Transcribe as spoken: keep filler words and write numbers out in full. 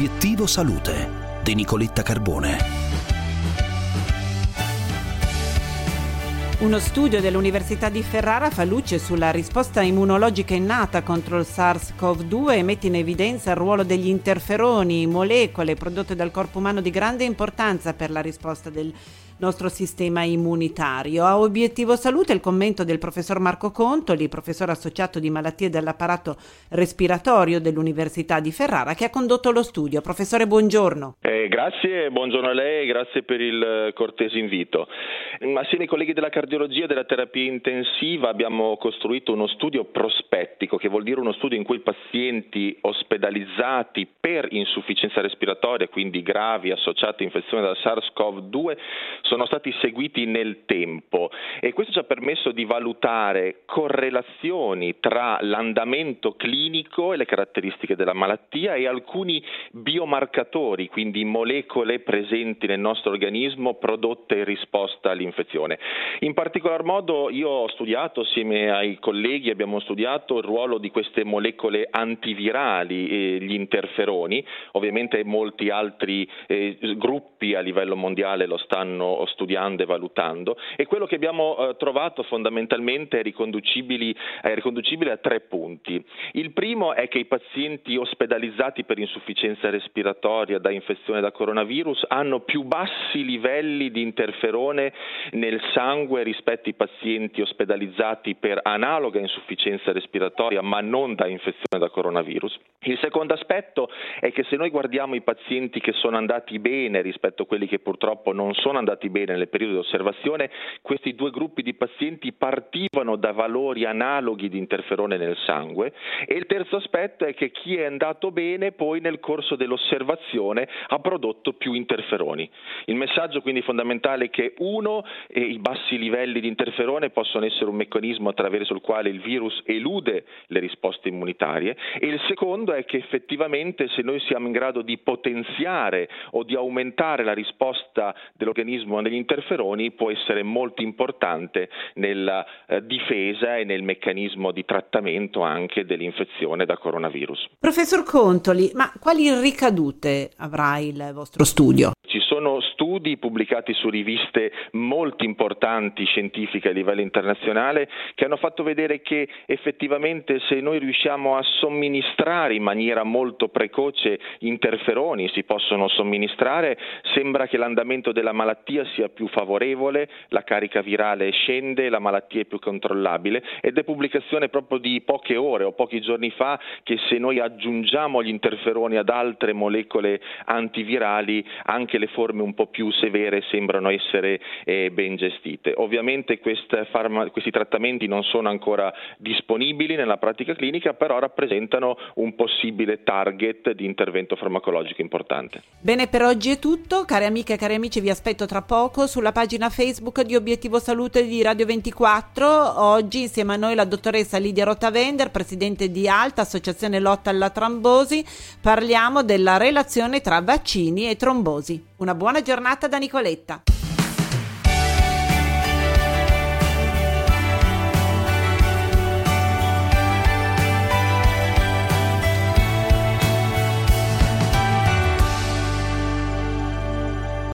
Obiettivo Salute di Nicoletta Carbone. Uno studio dell'Università di Ferrara fa luce sulla risposta immunologica innata contro il SARS-CoV due e mette in evidenza il ruolo degli interferoni, molecole prodotte dal corpo umano di grande importanza per la risposta del nostro sistema immunitario. A Obiettivo Salute il commento del professor Marco Contoli, professore associato di malattie dell'apparato respiratorio dell'Università di Ferrara, che ha condotto lo studio. Professore, buongiorno. Eh, grazie, buongiorno a lei e grazie per il cortese invito. Assieme ai colleghi della cardiologia e della terapia intensiva abbiamo costruito uno studio prospettico, che vuol dire uno studio in cui i pazienti ospedalizzati per insufficienza respiratoria, quindi gravi associati a infezione da SARS-CoV due, sono stati seguiti nel tempo, e questo ci ha permesso di valutare correlazioni tra l'andamento clinico e le caratteristiche della malattia e alcuni biomarcatori, quindi molecole presenti nel nostro organismo prodotte in risposta all'infezione. In particolar modo io ho studiato, assieme ai colleghi abbiamo studiato il ruolo di queste molecole antivirali, eh, gli interferoni. Ovviamente molti altri eh, gruppi a livello mondiale lo stanno studiando e valutando, e quello che abbiamo eh, trovato fondamentalmente è riconducibili, è riconducibile a tre punti. Il primo è che i pazienti ospedalizzati per insufficienza respiratoria da infezione da coronavirus hanno più bassi livelli di interferone nel sangue rispetto ai pazienti ospedalizzati per analoga insufficienza respiratoria ma non da infezione da coronavirus. Il secondo aspetto è che se noi guardiamo i pazienti che sono andati bene rispetto a quelli che purtroppo non sono andati bene nel periodo di osservazione, questi due gruppi di pazienti partivano da valori analoghi di interferone nel sangue. E il terzo aspetto è che chi è andato bene poi nel corso dell'osservazione ha prodotto più interferoni. Il messaggio quindi fondamentale è che uno, eh, i bassi livelli di interferone possono essere un meccanismo attraverso il quale il virus elude le risposte immunitarie, e il secondo è che effettivamente se noi siamo in grado di potenziare o di aumentare la risposta dell'organismo negli interferoni può essere molto importante nella eh, difesa e nel meccanismo di trattamento anche dell'infezione da coronavirus. Professor Contoli, ma quali ricadute avrà il vostro studio? Ci sono studi pubblicati su riviste molto importanti scientifiche a livello internazionale che hanno fatto vedere che effettivamente se noi riusciamo a somministrare in maniera molto precoce interferoni, si possono somministrare, sembra che l'andamento della malattia sia più favorevole, la carica virale scende, la malattia è più controllabile, ed è pubblicazione proprio di poche ore o pochi giorni fa che se noi aggiungiamo gli interferoni ad altre molecole antivirali anche le forme un po' più severe sembrano essere eh, ben gestite. Ovviamente queste farma- questi trattamenti non sono ancora disponibili nella pratica clinica, però rappresentano un possibile target di intervento farmacologico importante. Bene, per oggi è tutto. Cari amiche e cari amici, vi aspetto tra poco sulla pagina Facebook di Obiettivo Salute di Radio ventiquattro. Oggi insieme a noi la dottoressa Lidia Rotavender, presidente di ALTA, Associazione Lotta alla Trombosi. Parliamo della relazione tra vaccini e trombosi. Una buona giornata da Nicoletta.